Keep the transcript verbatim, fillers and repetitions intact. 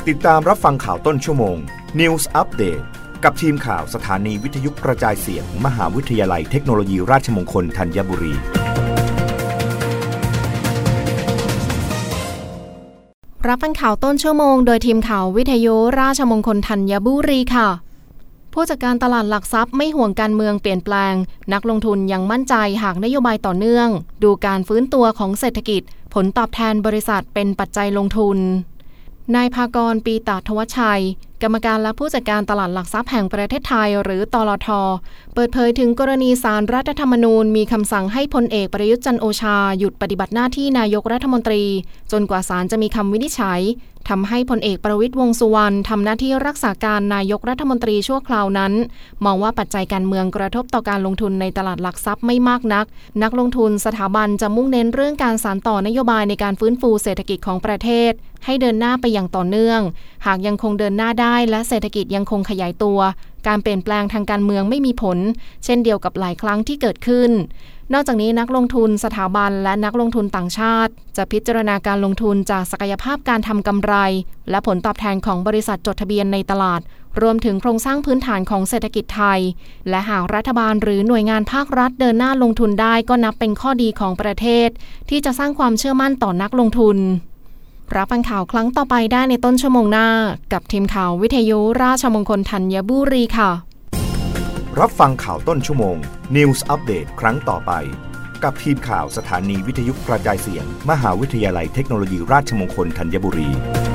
ติดตามรับฟังข่าวต้นชั่วโมง News Update กับทีมข่าวสถานีวิทยุกระจายเสียง มหาวิทยาลัยเทคโนโลยีราชมงคลธัญบุรีรับฟังข่าวต้นชั่วโมงโดยทีมข่าววิทยุราชมงคลธัญบุรีค่ะผู้จัดการตลาดหลักทรัพย์ไม่ห่วงการเมืองเปลี่ยนแปลงนักลงทุนยังมั่นใจหากนโยบายต่อเนื่องดูการฟื้นตัวของเศรษฐกิจผลตอบแทนบริษัทเป็นปัจจัยลงทุนนายภากร ปีตาทวัชชัยกรรมการและผู้จัดการตลาดหลักทรัพย์แห่งประเทศไทยหรือตลท.เปิดเผยถึงกรณีศาลรัฐธรรมนูญมีคำสั่งให้พลเอกประยุทธ์จันทร์โอชาหยุดปฏิบัติหน้าที่นายกรัฐมนตรีจนกว่าศาลจะมีคำวินิจฉัยทำให้พลเอกประวิตรวงษ์สุวรรณทำหน้าที่รักษาการนายกรัฐมนตรีชั่วคราวนั้นมองว่าปัจจัยการเมืองกระทบต่อการลงทุนในตลาดหลักทรัพย์ไม่มากนักนักลงทุนสถาบันจะมุ่งเน้นเรื่องการสานต่อนโยบายในการฟื้นฟูเศรษฐกิจของประเทศให้เดินหน้าไปอย่างต่อเนื่องหากยังคงเดินหน้าได้และเศรษฐกิจยังคงขยายตัวการเปลี่ยนแปลงทางการเมืองไม่มีผลเช่นเดียวกับหลายครั้งที่เกิดขึ้นนอกจากนี้นักลงทุนสถาบันและนักลงทุนต่างชาติจะพิจารณาการลงทุนจากศักยภาพการทำกำไรและผลตอบแทนของบริษัทจดทะเบียนในตลาดรวมถึงโครงสร้างพื้นฐานของเศรษฐกิจไทยและหากรัฐบาลหรือหน่วยงานภาครัฐเดินหน้าลงทุนได้ก็นับเป็นข้อดีของประเทศที่จะสร้างความเชื่อมั่นต่อนักลงทุนรับฟังข่าวครั้งต่อไปได้ในต้นชั่วโมงหน้ากับทีมข่าววิทยุราชมงคลธัญบุรีค่ะรับฟังข่าวต้นชั่วโมง News Update ครั้งต่อไปกับทีมข่าวสถานีวิทยุกระจายเสียงมหาวิทยาลัยเทคโนโลยีราชมงคลธัญบุรี